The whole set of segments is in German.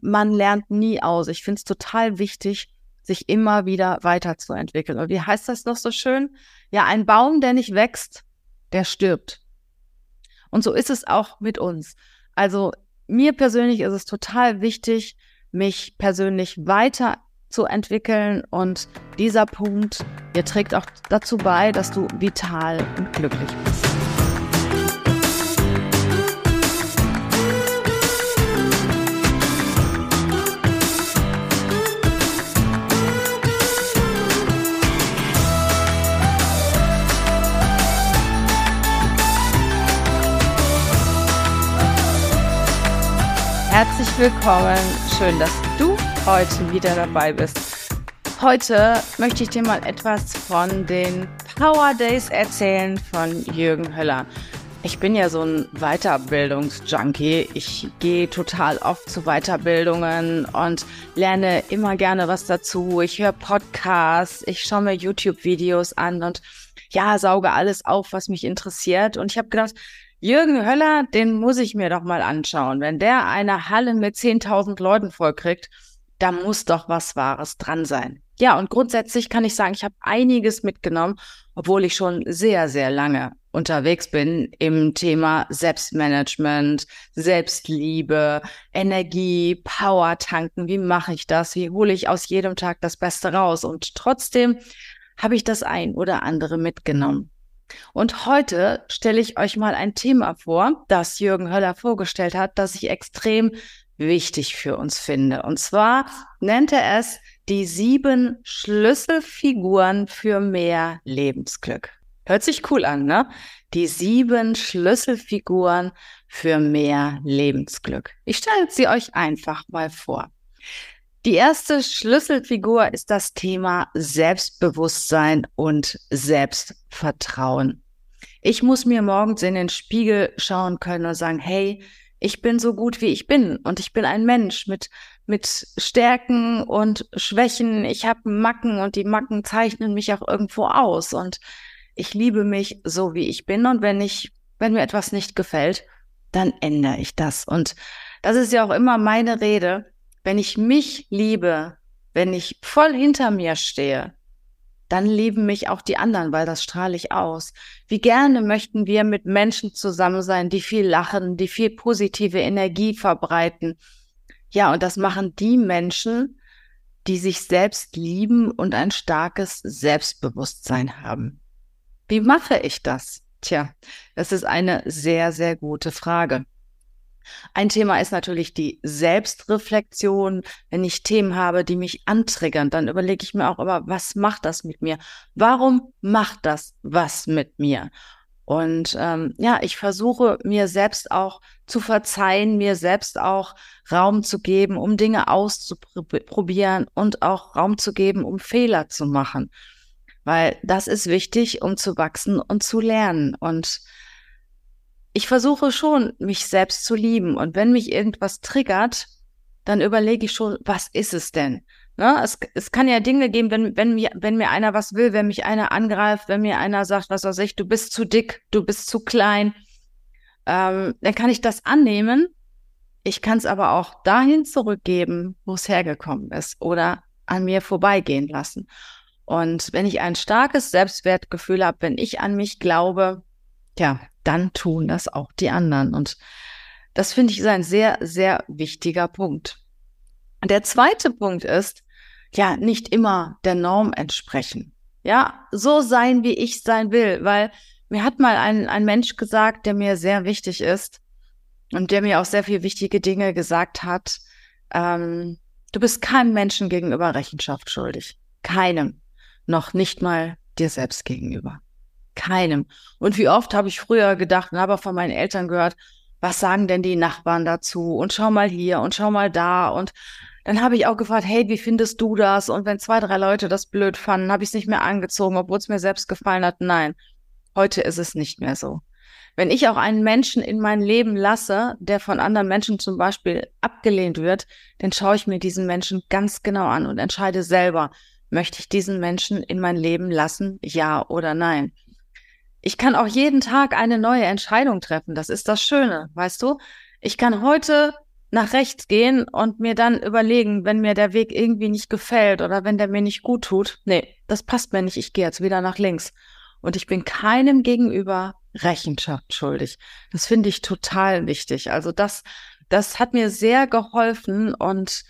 man lernt nie aus. Ich finde es total wichtig, sich immer wieder weiterzuentwickeln. Und wie heißt das noch so schön? Ja, ein Baum, der nicht wächst, der stirbt. Und so ist es auch mit uns. Also mir persönlich ist es total wichtig, mich persönlich weiterzuentwickeln. Und dieser Punkt, der trägt auch dazu bei, dass du vital und glücklich bist. Herzlich willkommen. Schön, dass du heute wieder dabei bist. Heute möchte ich dir mal etwas von den Power Days erzählen von Jürgen Höller. Ich bin ja so ein Weiterbildungsjunkie. Ich gehe total oft zu Weiterbildungen und lerne immer gerne was dazu. Ich höre Podcasts, ich schaue mir YouTube-Videos an und ja, sauge alles auf, was mich interessiert. Und ich habe gedacht, Jürgen Höller, den muss ich mir doch mal anschauen. Wenn der eine Halle mit 10.000 Leuten vollkriegt, da muss doch was Wahres dran sein. Ja, und grundsätzlich kann ich sagen, ich habe einiges mitgenommen, obwohl ich schon sehr, sehr lange unterwegs bin im Thema Selbstmanagement, Selbstliebe, Energie, Power tanken. Wie mache ich das? Wie hole ich aus jedem Tag das Beste raus? Und trotzdem habe ich das ein oder andere mitgenommen. Und heute stelle ich euch mal ein Thema vor, das Jürgen Höller vorgestellt hat, das ich extrem wichtig für uns finde. Und zwar nennt er es die 7 Schlüsselfiguren für mehr Lebensglück. Hört sich cool an, ne? Die 7 Schlüsselfiguren für mehr Lebensglück. Ich stelle sie euch einfach mal vor. Die erste Schlüsselfigur ist das Thema Selbstbewusstsein und Selbstvertrauen. Ich muss mir morgens in den Spiegel schauen können und sagen, hey, ich bin so gut, wie ich bin. Und ich bin ein Mensch mit Stärken und Schwächen. Ich habe Macken und die Macken zeichnen mich auch irgendwo aus. Und ich liebe mich so, wie ich bin. Und wenn mir etwas nicht gefällt, dann ändere ich das. Und das ist ja auch immer meine Rede. Wenn ich mich liebe, wenn ich voll hinter mir stehe, dann lieben mich auch die anderen, weil das strahle ich aus. Wie gerne möchten wir mit Menschen zusammen sein, die viel lachen, die viel positive Energie verbreiten. Ja, und das machen die Menschen, die sich selbst lieben und ein starkes Selbstbewusstsein haben. Wie mache ich das? Tja, das ist eine sehr, sehr gute Frage. Ein Thema ist natürlich die Selbstreflexion. Wenn ich Themen habe, die mich antriggern, dann überlege ich mir auch immer, was macht das mit mir? Warum macht das was mit mir? Und ich versuche mir selbst auch zu verzeihen, mir selbst auch Raum zu geben, um Dinge auszuprobieren und auch Raum zu geben, um Fehler zu machen. Weil das ist wichtig, um zu wachsen und zu lernen. Und ich versuche schon, mich selbst zu lieben. Und wenn mich irgendwas triggert, dann überlege ich schon, was ist es denn? Ne? Es kann ja Dinge geben, wenn mir einer was will, wenn mich einer angreift, wenn mir einer sagt, was weiß ich, du bist zu dick, du bist zu klein, dann kann ich das annehmen. Ich kann es aber auch dahin zurückgeben, wo es hergekommen ist oder an mir vorbeigehen lassen. Und wenn ich ein starkes Selbstwertgefühl habe, wenn ich an mich glaube, ja, dann tun das auch die anderen. Und das finde ich ist ein sehr, sehr wichtiger Punkt. Der zweite Punkt ist, ja, nicht immer der Norm entsprechen. Ja, so sein, wie ich sein will, weil mir hat mal ein Mensch gesagt, der mir sehr wichtig ist und der mir auch sehr viel wichtige Dinge gesagt hat. Du bist keinem Menschen gegenüber Rechenschaft schuldig. Keinem. Noch nicht mal dir selbst gegenüber. Keinem. Und wie oft habe ich früher gedacht und habe auch von meinen Eltern gehört, was sagen denn die Nachbarn dazu? Und schau mal hier und schau mal da. Und dann habe ich auch gefragt, hey, wie findest du das? Und wenn 2, 3 Leute das blöd fanden, habe ich es nicht mehr angezogen, obwohl es mir selbst gefallen hat. Nein, heute ist es nicht mehr so. Wenn ich auch einen Menschen in mein Leben lasse, der von anderen Menschen zum Beispiel abgelehnt wird, dann schaue ich mir diesen Menschen ganz genau an und entscheide selber, möchte ich diesen Menschen in mein Leben lassen, ja oder nein? Ich kann auch jeden Tag eine neue Entscheidung treffen. Das ist das Schöne, weißt du? Ich kann heute nach rechts gehen und mir dann überlegen, wenn mir der Weg irgendwie nicht gefällt oder wenn der mir nicht gut tut, nee, das passt mir nicht, ich gehe jetzt wieder nach links. Und ich bin keinem gegenüber Rechenschaft schuldig. Das finde ich total wichtig. Also das hat mir sehr geholfen und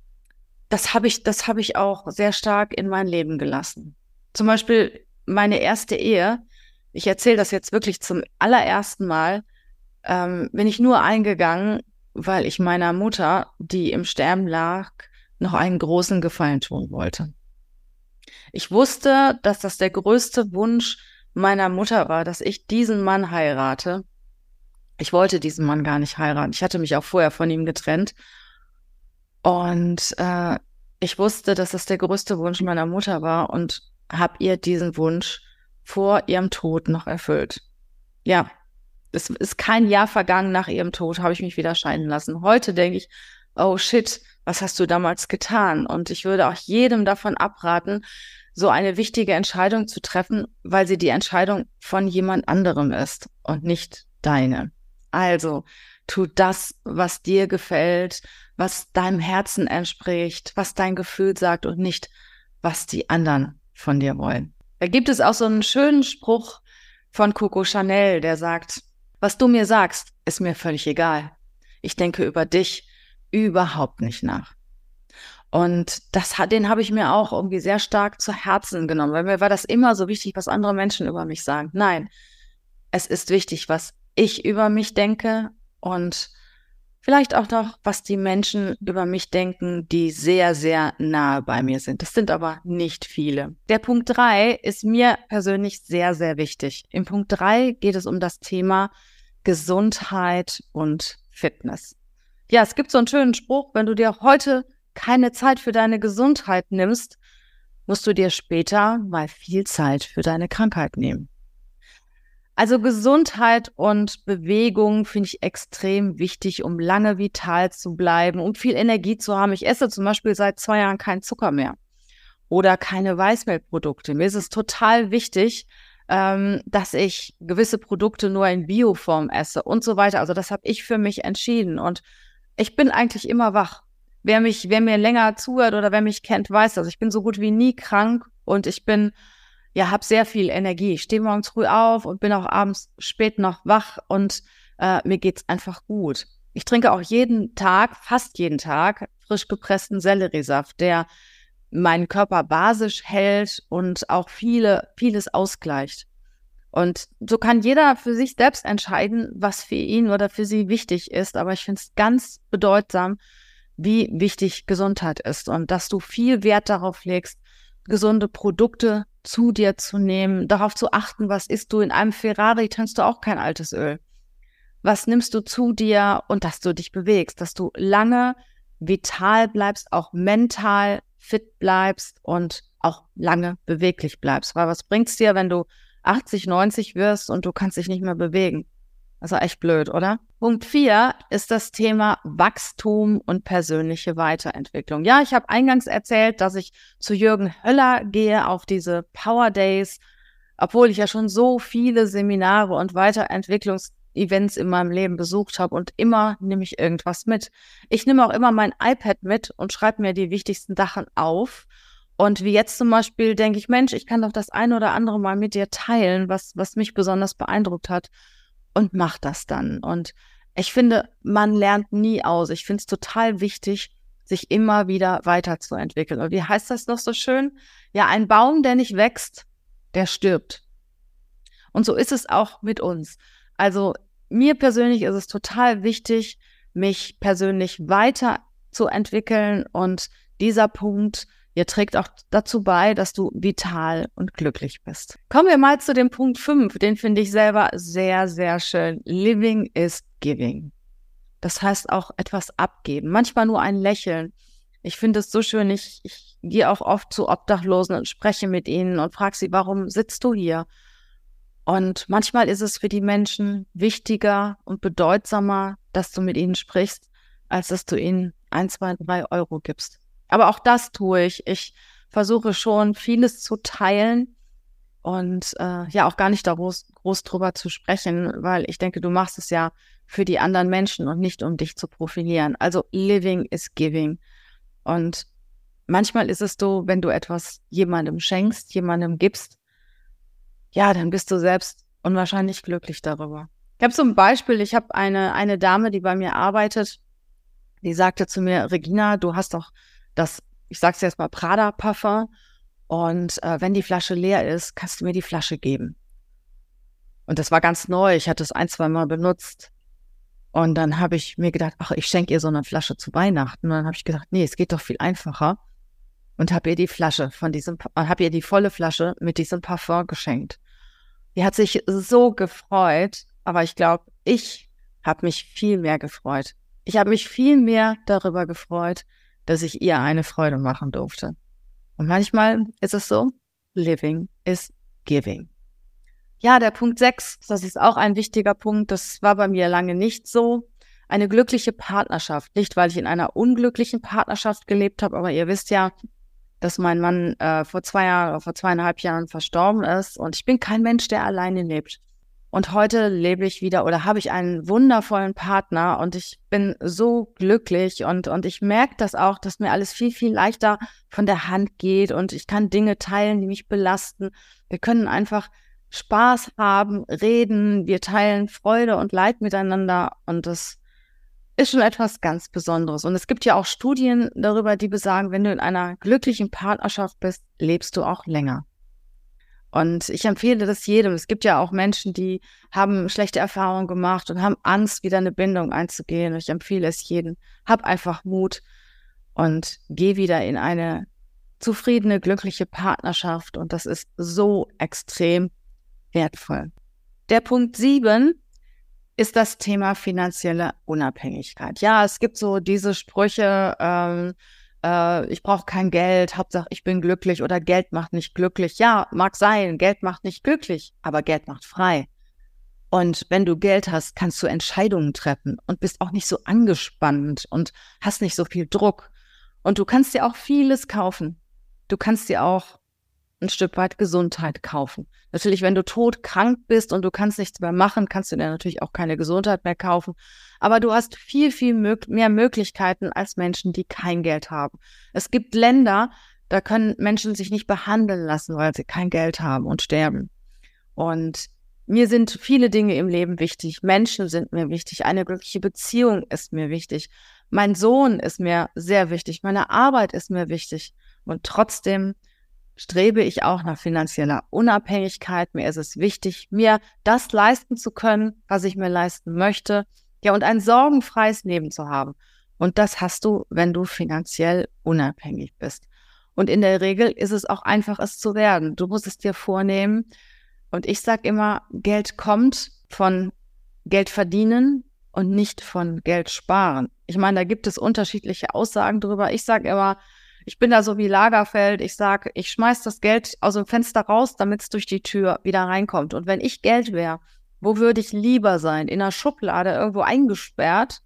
das habe ich auch sehr stark in mein Leben gelassen. Zum Beispiel meine erste Ehe. Ich erzähle das jetzt wirklich zum allerersten Mal. Bin ich nur eingegangen, weil ich meiner Mutter, die im Sterben lag, noch einen großen Gefallen tun wollte. Ich wusste, dass das der größte Wunsch meiner Mutter war, dass ich diesen Mann heirate. Ich wollte diesen Mann gar nicht heiraten. Ich hatte mich auch vorher von ihm getrennt. Und ich wusste, dass das der größte Wunsch meiner Mutter war und habe ihr diesen Wunsch vor ihrem Tod noch erfüllt. Ja, es ist kein Jahr vergangen nach ihrem Tod, habe ich mich wieder scheiden lassen. Heute denke ich, oh shit, was hast du damals getan? Und ich würde auch jedem davon abraten, so eine wichtige Entscheidung zu treffen, weil sie die Entscheidung von jemand anderem ist und nicht deine. Also, tu das, was dir gefällt, was deinem Herzen entspricht, was dein Gefühl sagt und nicht, was die anderen von dir wollen. Da gibt es auch so einen schönen Spruch von Coco Chanel, der sagt, was du mir sagst, ist mir völlig egal. Ich denke über dich überhaupt nicht nach. Und den habe ich mir auch irgendwie sehr stark zu Herzen genommen, weil mir war das immer so wichtig, was andere Menschen über mich sagen. Nein, es ist wichtig, was ich über mich denke und vielleicht auch noch, was die Menschen über mich denken, die sehr, sehr nahe bei mir sind. Das sind aber nicht viele. Der Punkt 3 ist mir persönlich sehr, sehr wichtig. Im Punkt 3 geht es um das Thema Gesundheit und Fitness. Ja, es gibt so einen schönen Spruch, wenn du dir heute keine Zeit für deine Gesundheit nimmst, musst du dir später mal viel Zeit für deine Krankheit nehmen. Also Gesundheit und Bewegung finde ich extrem wichtig, um lange vital zu bleiben, um viel Energie zu haben. Ich esse zum Beispiel seit 2 Jahren keinen Zucker mehr oder keine Weißmehlprodukte. Mir ist es total wichtig, dass ich gewisse Produkte nur in Bioform esse und so weiter. Also das habe ich für mich entschieden und ich bin eigentlich immer wach. Wer mir länger zuhört oder wer mich kennt, weiß das. Ich bin so gut wie nie krank und habe sehr viel Energie. Ich stehe morgens früh auf und bin auch abends spät noch wach und mir geht's einfach gut. Ich trinke auch fast jeden Tag, frisch gepressten Selleriesaft, der meinen Körper basisch hält und auch vieles ausgleicht. Und so kann jeder für sich selbst entscheiden, was für ihn oder für sie wichtig ist. Aber ich finde es ganz bedeutsam, wie wichtig Gesundheit ist und dass du viel Wert darauf legst, gesunde Produkte zu dir zu nehmen, darauf zu achten, was isst du. In einem Ferrari tankst du auch kein altes Öl. Was nimmst du zu dir und dass du dich bewegst, dass du lange vital bleibst, auch mental fit bleibst und auch lange beweglich bleibst. Weil was bringt's dir, wenn du 80, 90 wirst und du kannst dich nicht mehr bewegen? Also echt blöd, oder? Punkt 4 ist das Thema Wachstum und persönliche Weiterentwicklung. Ja, ich habe eingangs erzählt, dass ich zu Jürgen Höller gehe auf diese Power Days, obwohl ich ja schon so viele Seminare und Weiterentwicklungsevents in meinem Leben besucht habe und immer nehme ich irgendwas mit. Ich nehme auch immer mein iPad mit und schreibe mir die wichtigsten Sachen auf. Und wie jetzt zum Beispiel denke ich, Mensch, ich kann doch das eine oder andere mal mit dir teilen, was mich besonders beeindruckt hat. Und mach das dann. Und ich finde, man lernt nie aus. Ich finde es total wichtig, sich immer wieder weiterzuentwickeln. Und wie heißt das noch so schön? Ja, ein Baum, der nicht wächst, der stirbt. Und so ist es auch mit uns. Also mir persönlich ist es total wichtig, mich persönlich weiterzuentwickeln. Und dieser Punkt, trägt auch dazu bei, dass du vital und glücklich bist. Kommen wir mal zu dem Punkt 5. Den finde ich selber sehr, sehr schön. Living is giving. Das heißt auch etwas abgeben. Manchmal nur ein Lächeln. Ich finde es so schön. Ich gehe auch oft zu Obdachlosen und spreche mit ihnen und frage sie, warum sitzt du hier? Und manchmal ist es für die Menschen wichtiger und bedeutsamer, dass du mit ihnen sprichst, als dass du ihnen 1, 2, 3 Euro gibst. Aber auch das tue ich. Ich versuche schon, vieles zu teilen und ja auch gar nicht da groß drüber zu sprechen, weil ich denke, du machst es ja für die anderen Menschen und nicht um dich zu profilieren. Also living is giving. Und manchmal ist es so, wenn du etwas jemandem schenkst, jemandem gibst, ja, dann bist du selbst unwahrscheinlich glücklich darüber. Ich habe so ein Beispiel, ich habe eine Dame, die bei mir arbeitet, die sagte zu mir, Regina, du hast doch das, ich sag's jetzt mal, Prada-Parfum und wenn die Flasche leer ist, kannst du mir die Flasche geben. Und das war ganz neu, ich hatte es 1, 2 Mal benutzt. Und dann habe ich mir gedacht, ach, ich schenke ihr so eine Flasche zu Weihnachten. Und dann habe ich gedacht, nee, es geht doch viel einfacher. Und habe ihr die habe ihr die volle Flasche mit diesem Parfum geschenkt. Die hat sich so gefreut, aber ich glaube, ich habe mich viel mehr gefreut. Ich habe mich viel mehr darüber gefreut, dass ich ihr eine Freude machen durfte. Und manchmal ist es so, living is giving. Ja, der Punkt 6, das ist auch ein wichtiger Punkt. Das war bei mir lange nicht so. Eine glückliche Partnerschaft. Nicht, weil ich in einer unglücklichen Partnerschaft gelebt habe, aber ihr wisst ja, dass mein Mann vor 2,5 Jahren verstorben ist. Und ich bin kein Mensch, der alleine lebt. Und heute lebe ich wieder oder habe ich einen wundervollen Partner und ich bin so glücklich und ich merke das auch, dass mir alles viel, viel leichter von der Hand geht und ich kann Dinge teilen, die mich belasten. Wir können einfach Spaß haben, reden, wir teilen Freude und Leid miteinander und das ist schon etwas ganz Besonderes. Und es gibt ja auch Studien darüber, die besagen, wenn du in einer glücklichen Partnerschaft bist, lebst du auch länger. Und ich empfehle das jedem. Es gibt ja auch Menschen, die haben schlechte Erfahrungen gemacht und haben Angst, wieder eine Bindung einzugehen. Und ich empfehle es jedem. Hab einfach Mut und geh wieder in eine zufriedene, glückliche Partnerschaft. Und das ist so extrem wertvoll. Der Punkt 7 ist das Thema finanzielle Unabhängigkeit. Ja, es gibt so diese Sprüche, ich brauche kein Geld, Hauptsache ich bin glücklich oder Geld macht nicht glücklich. Ja, mag sein, Geld macht nicht glücklich, aber Geld macht frei. Und wenn du Geld hast, kannst du Entscheidungen treffen und bist auch nicht so angespannt und hast nicht so viel Druck. Und du kannst dir auch vieles kaufen. Du kannst dir auch ein Stück weit Gesundheit kaufen. Natürlich, wenn du todkrank bist und du kannst nichts mehr machen, kannst du dir natürlich auch keine Gesundheit mehr kaufen. Aber du hast viel, viel mehr Möglichkeiten als Menschen, die kein Geld haben. Es gibt Länder, da können Menschen sich nicht behandeln lassen, weil sie kein Geld haben und sterben. Und mir sind viele Dinge im Leben wichtig. Menschen sind mir wichtig. Eine glückliche Beziehung ist mir wichtig. Mein Sohn ist mir sehr wichtig. Meine Arbeit ist mir wichtig. Und trotzdem strebe ich auch nach finanzieller Unabhängigkeit. Mir ist es wichtig, mir das leisten zu können, was ich mir leisten möchte. Ja, und ein sorgenfreies Leben zu haben. Und das hast du, wenn du finanziell unabhängig bist. Und in der Regel ist es auch einfach, es zu werden. Du musst es dir vornehmen. Und ich sage immer, Geld kommt von Geld verdienen und nicht von Geld sparen. Ich meine, da gibt es unterschiedliche Aussagen drüber. Ich sage immer, ich bin da so wie Lagerfeld. Ich sage, ich schmeiß das Geld aus dem Fenster raus, damit es durch die Tür wieder reinkommt. Und wenn ich Geld wäre, wo würde ich lieber sein? In einer Schublade irgendwo eingesperrt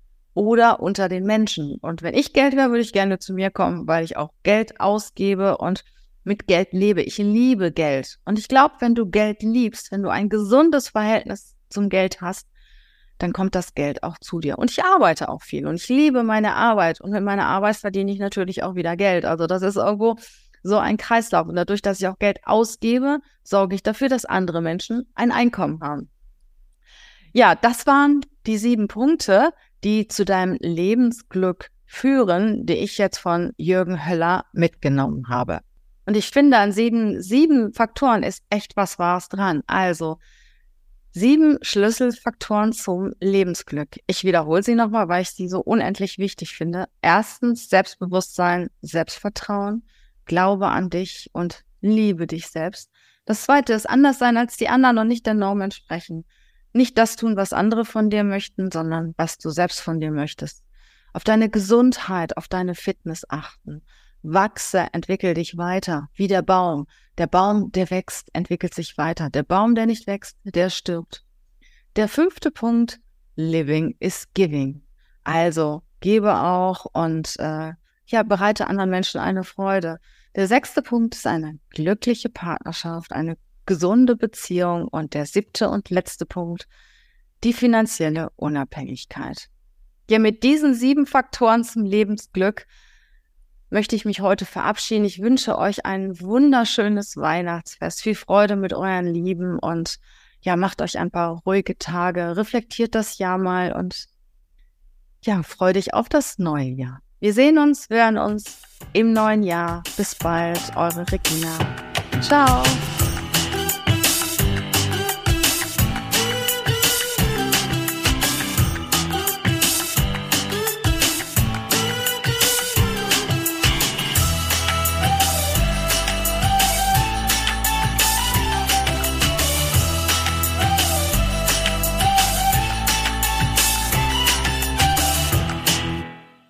oder unter den Menschen? Und wenn ich Geld wäre, würde ich gerne zu mir kommen, weil ich auch Geld ausgebe und mit Geld lebe. Ich liebe Geld. Und ich glaube, wenn du Geld liebst, wenn du ein gesundes Verhältnis zum Geld hast, dann kommt das Geld auch zu dir. Und ich arbeite auch viel und ich liebe meine Arbeit. Und mit meiner Arbeit verdiene ich natürlich auch wieder Geld. Also das ist irgendwo so ein Kreislauf. Und dadurch, dass ich auch Geld ausgebe, sorge ich dafür, dass andere Menschen ein Einkommen haben. Ja, das waren die 7 Punkte, die zu deinem Lebensglück führen, die ich jetzt von Jürgen Höller mitgenommen habe. Und ich finde, an 7 Faktoren ist echt was Wahres dran. Also 7 Schlüsselfaktoren zum Lebensglück. Ich wiederhole sie nochmal, weil ich sie so unendlich wichtig finde. Erstens Selbstbewusstsein, Selbstvertrauen, Glaube an dich und liebe dich selbst. Das Zweite ist anders sein als die anderen und nicht der Norm entsprechen. Nicht das tun, was andere von dir möchten, sondern was du selbst von dir möchtest. Auf deine Gesundheit, auf deine Fitness achten. Wachse, entwickel dich weiter, wie der Baum. Der Baum, der wächst, entwickelt sich weiter. Der Baum, der nicht wächst, der stirbt. Der 5. Punkt, living is giving. Also, gebe auch und bereite anderen Menschen eine Freude. Der 6. Punkt ist eine glückliche Partnerschaft, eine gesunde Beziehung und der 7. und letzte Punkt, die finanzielle Unabhängigkeit. Ja, mit diesen 7 Faktoren zum Lebensglück möchte ich mich heute verabschieden. Ich wünsche euch ein wunderschönes Weihnachtsfest, viel Freude mit euren Lieben und ja, macht euch ein paar ruhige Tage, reflektiert das Jahr mal und ja, freu dich auf das neue Jahr. Wir sehen uns, hören uns im neuen Jahr. Bis bald, eure Regina. Ciao.